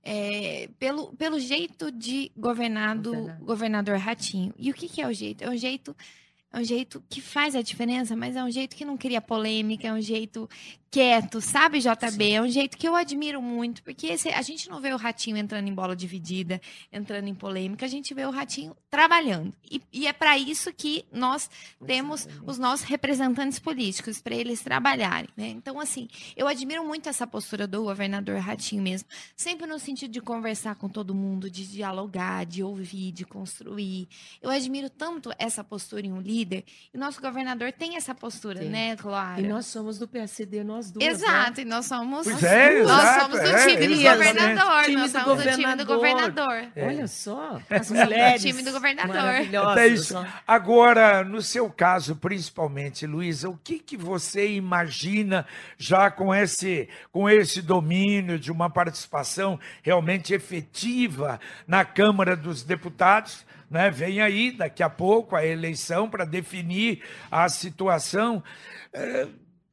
é, pelo, pelo jeito de governar do governador, governador Ratinho. E o que, que é o jeito? É um jeito... É um jeito que faz a diferença, mas é um jeito que não cria polêmica, é um jeito quieto, sabe, J B? Sim. É um jeito que eu admiro muito, porque esse, a gente não vê o Ratinho entrando em bola dividida, entrando em polêmica, a gente vê o Ratinho trabalhando. E, e é para isso que nós temos os nossos representantes políticos, para eles trabalharem, né? Então, assim, eu admiro muito essa postura do governador Ratinho mesmo, sempre no sentido de conversar com todo mundo, de dialogar, de ouvir, de construir. Eu admiro tanto essa postura em um líder. E o nosso governador tem essa postura, Sim. né, Clara? E nós somos do P S D, nós duas. Exato, né? e nós somos, pois é, nós exato, somos do é, time do é, governador. Time nós do somos governador. do time do governador. É. Olha só, as mulheres. time do governador. Até isso. Agora, no seu caso, principalmente, Luísa, o que, que você imagina já com esse, com esse domínio de uma participação realmente efetiva na Câmara dos Deputados? Né, vem aí, daqui a pouco, a eleição para definir a situação. É,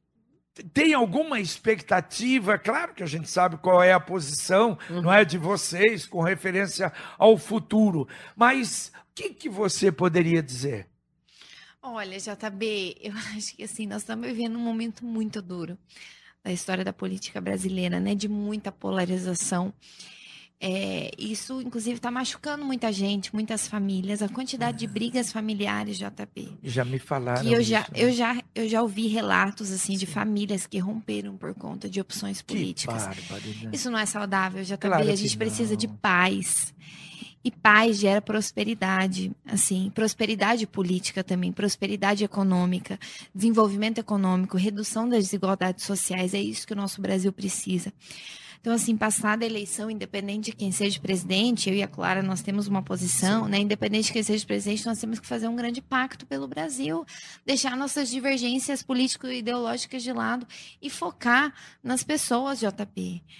tem alguma expectativa? Claro que a gente sabe qual é a posição, uhum. não é, de vocês com referência ao futuro. Mas o que, que você poderia dizer? Olha, J B, eu acho que assim, nós estamos vivendo um momento muito duro da história da política brasileira, né, de muita polarização. É, isso, inclusive, está machucando muita gente, muitas famílias, a quantidade de brigas familiares, J B. Já me falaram que eu isso, já, né? eu já Eu já ouvi relatos assim, de famílias que romperam por conta de opções políticas. Bárbaro, isso não é saudável, J B. Claro a gente não. precisa de paz. E paz gera prosperidade, assim, prosperidade política também, prosperidade econômica, desenvolvimento econômico, redução das desigualdades sociais. É isso que o nosso Brasil precisa. Então, assim, passada a eleição, independente de quem seja presidente, eu e a Clara, nós temos uma posição, Sim. né? Independente de quem seja presidente, nós temos que fazer um grande pacto pelo Brasil, deixar nossas divergências político-ideológicas de lado e focar nas pessoas, J P.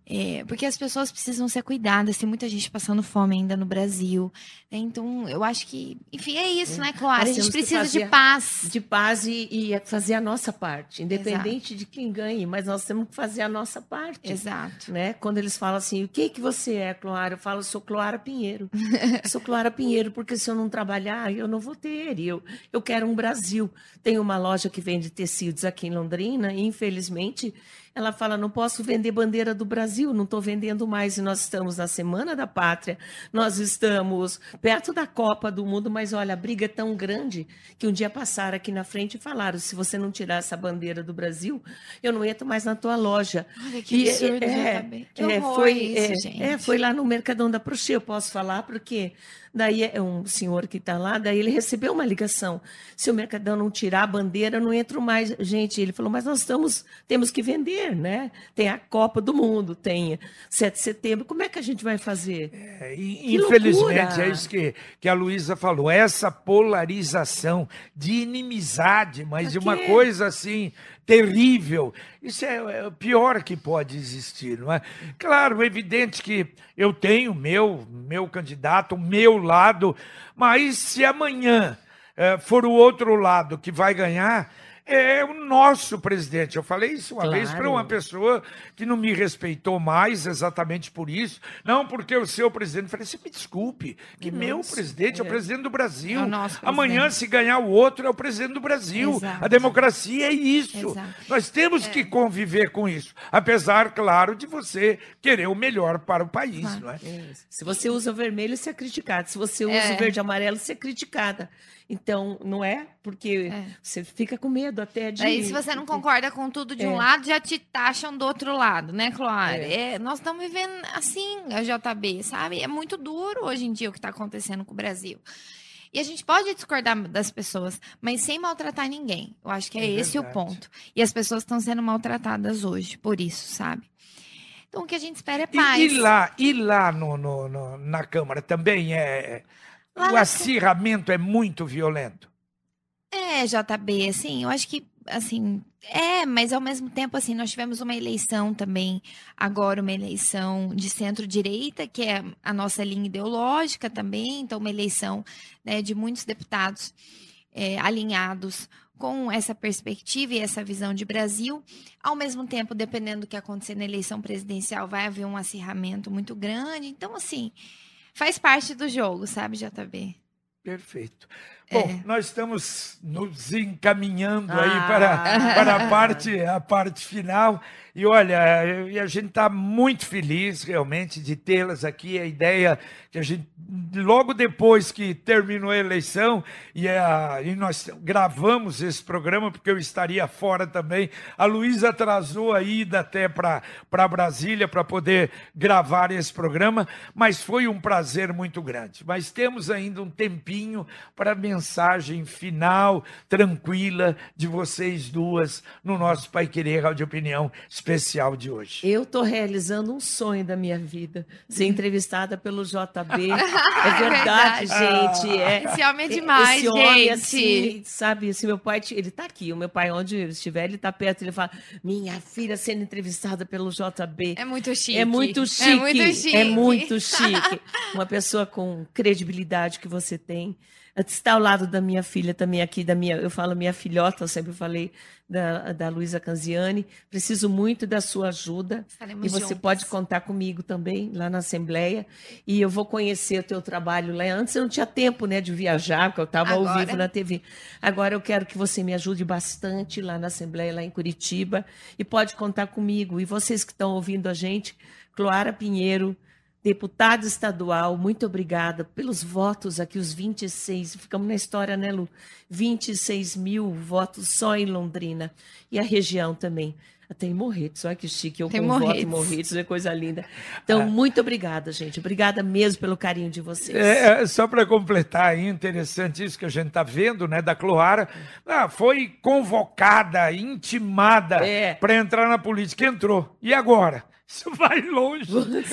É, porque as pessoas precisam ser cuidadas, tem muita gente passando fome ainda no Brasil. Né? Então, eu acho que, enfim, é isso, é. né, Cloara? A gente precisa de paz. De paz e, e fazer a nossa parte, independente Exato. de quem ganhe, mas nós temos que fazer a nossa parte. Exato. Né? Quando eles falam assim, o que que você é, Cloara? Eu falo, sou Cloara Pinheiro. Sou Cloara Pinheiro, porque se eu não trabalhar, eu não vou ter. Eu, eu quero um Brasil. Tem uma loja que vende tecidos aqui em Londrina, e infelizmente... Ela fala, não posso vender bandeira do Brasil, não estou vendendo mais. E nós estamos na Semana da Pátria, nós estamos perto da Copa do Mundo, mas olha, a briga é tão grande que um dia passaram aqui na frente e falaram, se você não tirar essa bandeira do Brasil, eu não entro mais na tua loja. Olha que absurdo, é, que horror é, foi, isso, é, gente. É, foi lá no Mercadão da Prochê, eu posso falar, porque... Daí é um senhor que está lá, daí ele recebeu uma ligação. Se o Mercadão não tirar a bandeira, eu não entro mais. Gente, ele falou, mas nós estamos, temos que vender, né? Tem a Copa do Mundo, tem sete de setembro, como é que a gente vai fazer? É, infelizmente, é isso que, que a Luísa falou, essa polarização de inimizade, mas de uma coisa assim... terrível. Isso é o pior que pode existir, não é? Claro, é evidente que eu tenho meu, meu candidato, o meu lado, mas se amanhã é, for o outro lado que vai ganhar, é o nosso presidente. Eu falei isso uma claro. vez para uma pessoa que não me respeitou mais exatamente por isso. Não, porque o seu presidente... Eu falei assim, me desculpe, que Nossa, meu presidente é. é o presidente do Brasil. É Amanhã, se ganhar o outro, é o presidente do Brasil. Exato. A democracia é isso. Exato. Nós temos é. que conviver com isso. Apesar, claro, de você querer o melhor para o país. Claro. Não é? É Se você usa o vermelho, você é criticado. Se você usa é. o verde e amarelo, você é criticada. Então, não é? Porque é. você fica com medo até de... Aí, se você não concorda com tudo de é. um lado, já te taxam do outro lado, né, Cloara? É. É, nós estamos vivendo assim, a J B, sabe? É muito duro hoje em dia o que está acontecendo com o Brasil. E a gente pode discordar das pessoas, mas sem maltratar ninguém. Eu acho que é, é esse verdade. o ponto. E as pessoas estão sendo maltratadas hoje, por isso, sabe? Então, o que a gente espera é paz. E, e lá, e lá no, no, no, na Câmara também é... Lá o acirramento é muito violento. É, J B, assim, eu acho que, assim, é, mas ao mesmo tempo, assim, nós tivemos uma eleição também, agora uma eleição de centro-direita, que é a nossa linha ideológica também, então uma eleição, né, de muitos deputados é, alinhados com essa perspectiva e essa visão de Brasil. Ao mesmo tempo, dependendo do que acontecer na eleição presidencial, vai haver um acirramento muito grande. Então, assim... Faz parte do jogo, sabe, J B? Perfeito. Bom, é. nós estamos nos encaminhando ah. aí para, para a, parte, a parte final. E olha, e a gente está muito feliz realmente de tê-las aqui. A ideia que a gente, logo depois que terminou a eleição, e, a, e nós gravamos esse programa, porque eu estaria fora também, a Luísa atrasou a ida até para Brasília para poder gravar esse programa, mas foi um prazer muito grande. Mas temos ainda um tempinho para a mensagem final, tranquila, de vocês duas no nosso Pai Querer Rádio Opinião especial de hoje. Eu estou realizando um sonho da minha vida, ser entrevistada pelo J B. É verdade, gente. É, esse homem é demais, esse homem, gente. Assim, sabe, assim, meu pai, ele está aqui, o meu pai, onde ele estiver, ele está perto, ele fala, minha filha sendo entrevistada pelo J B. É muito chique. É muito chique. É muito chique. É muito chique. Uma pessoa com credibilidade que você tem. Está ao lado da minha filha também aqui, da minha, eu falo minha filhota, eu sempre falei da, da Luísa Canziani. Preciso muito da sua ajuda. Estaremos e você juntos. Pode contar comigo também lá na Assembleia. E eu vou conhecer o teu trabalho lá. Antes eu não tinha tempo, né, de viajar, porque eu estava ao vivo na T V. Agora eu quero que você me ajude bastante lá na Assembleia, lá em Curitiba. E pode contar comigo. E vocês que estão ouvindo a gente, Cloara Pinheiro, deputada estadual, muito obrigada pelos votos aqui, os vinte e seis, ficamos na história, né, Lu? vinte e seis mil votos só em Londrina. E a região também. Até em Morretes, olha que chique, eu Tem com Morretes. voto em Morretes, é coisa linda. Então, ah. muito obrigada, gente. Obrigada mesmo pelo carinho de vocês. É, só para completar, é interessante isso que a gente está vendo, né, da Cloara. Ah, foi convocada, intimada é. para entrar na política. Entrou. E agora? Isso vai longe.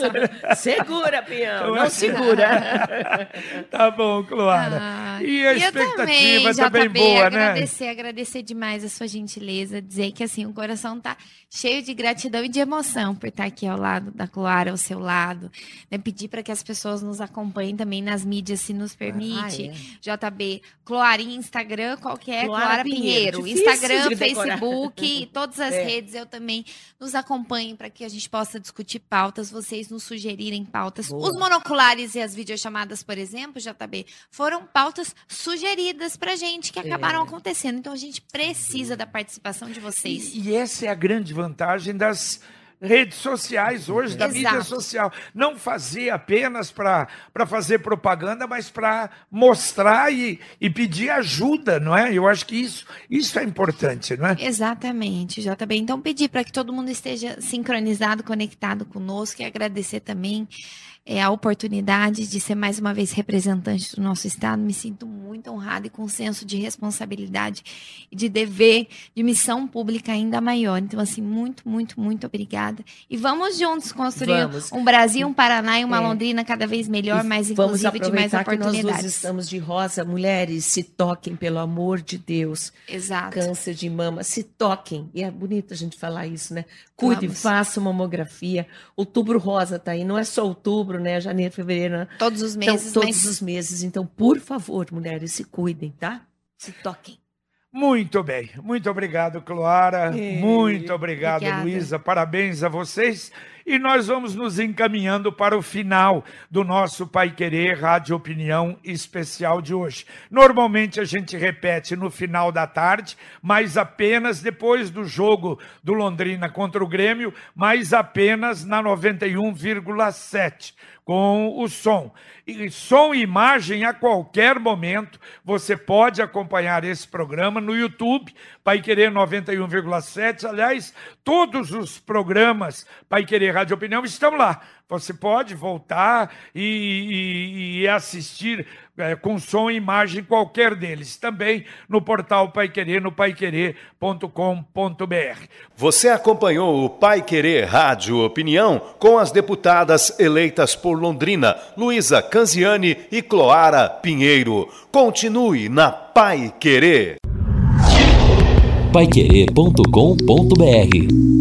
Segura, Pinhão, Eu não acho- segura. Tá bom, Cloara. Ah, E a eu expectativa também, também, J B, boa, né? agradecer, agradecer demais a sua gentileza, dizer que assim, o coração tá cheio de gratidão e de emoção por estar aqui ao lado da Cloara, ao seu lado, né? Pedir para que as pessoas nos acompanhem também nas mídias, se nos permite. Ah, é. J B, Cloarinha, Instagram, qualquer, Cloara Cloara Pinheiro. Pinheiro. Difícil Instagram, de decorar. Facebook, todas as É. redes, eu também nos acompanhem para que a gente possa discutir pautas, vocês nos sugerirem pautas. Boa. Os monoculares e as videochamadas, por exemplo, J B, foram pautas sugeridas pra gente, que acabaram acontecendo. Então a gente precisa da participação de vocês. E, e essa é a grande vantagem das redes sociais hoje, da Exato. mídia social. Não fazer apenas para fazer propaganda, mas para mostrar e, e pedir ajuda, não é? Eu acho que isso, isso é importante, não é? Exatamente, J B. Então, pedir para que todo mundo esteja sincronizado, conectado conosco e agradecer também é, a oportunidade de ser mais uma vez representante do nosso Estado. Me sinto muito honrada e com um senso de responsabilidade e de dever, de missão pública ainda maior. Então, assim, muito, muito, muito obrigada. E vamos juntos construir Vamos. um Brasil, um Paraná e uma É. Londrina cada vez melhor, E mais vamos inclusiva e de mais aproveitar que nós oportunidades. duas estamos de rosa. Mulheres, se toquem, pelo amor de Deus. Exato. Câncer de mama, se toquem. E é bonito a gente falar isso, né? Cuide, Vamos. faça uma mamografia. Outubro rosa tá aí, não é só outubro, né? Janeiro, fevereiro, né? Todos os Então, meses, todos mas os meses. Então, por favor, mulheres, se cuidem, tá? Se toquem. Muito bem. Muito obrigado, Cloara. Ei, Muito obrigado, obrigada. Luísa. Parabéns a vocês. E nós vamos nos encaminhando para o final do nosso Pai Querer Rádio Opinião especial de hoje. Normalmente a gente repete no final da tarde, mas apenas depois do jogo do Londrina contra o Grêmio, mas apenas na noventa e um vírgula sete. Com o som. E som e imagem a qualquer momento. Você pode acompanhar esse programa no YouTube, Pai Querer noventa e um vírgula sete. Aliás, todos os programas Pai Querer Rádio Opinião estão lá. Você pode voltar e, e, e assistir é, com som e imagem qualquer deles. Também no portal Pai Querer, no pai querer ponto com ponto br. Você acompanhou o Pai Querer Rádio Opinião com as deputadas eleitas por Londrina, Luísa Canziani e Cloara Pinheiro. Continue na Pai Querer. pai querer ponto com ponto br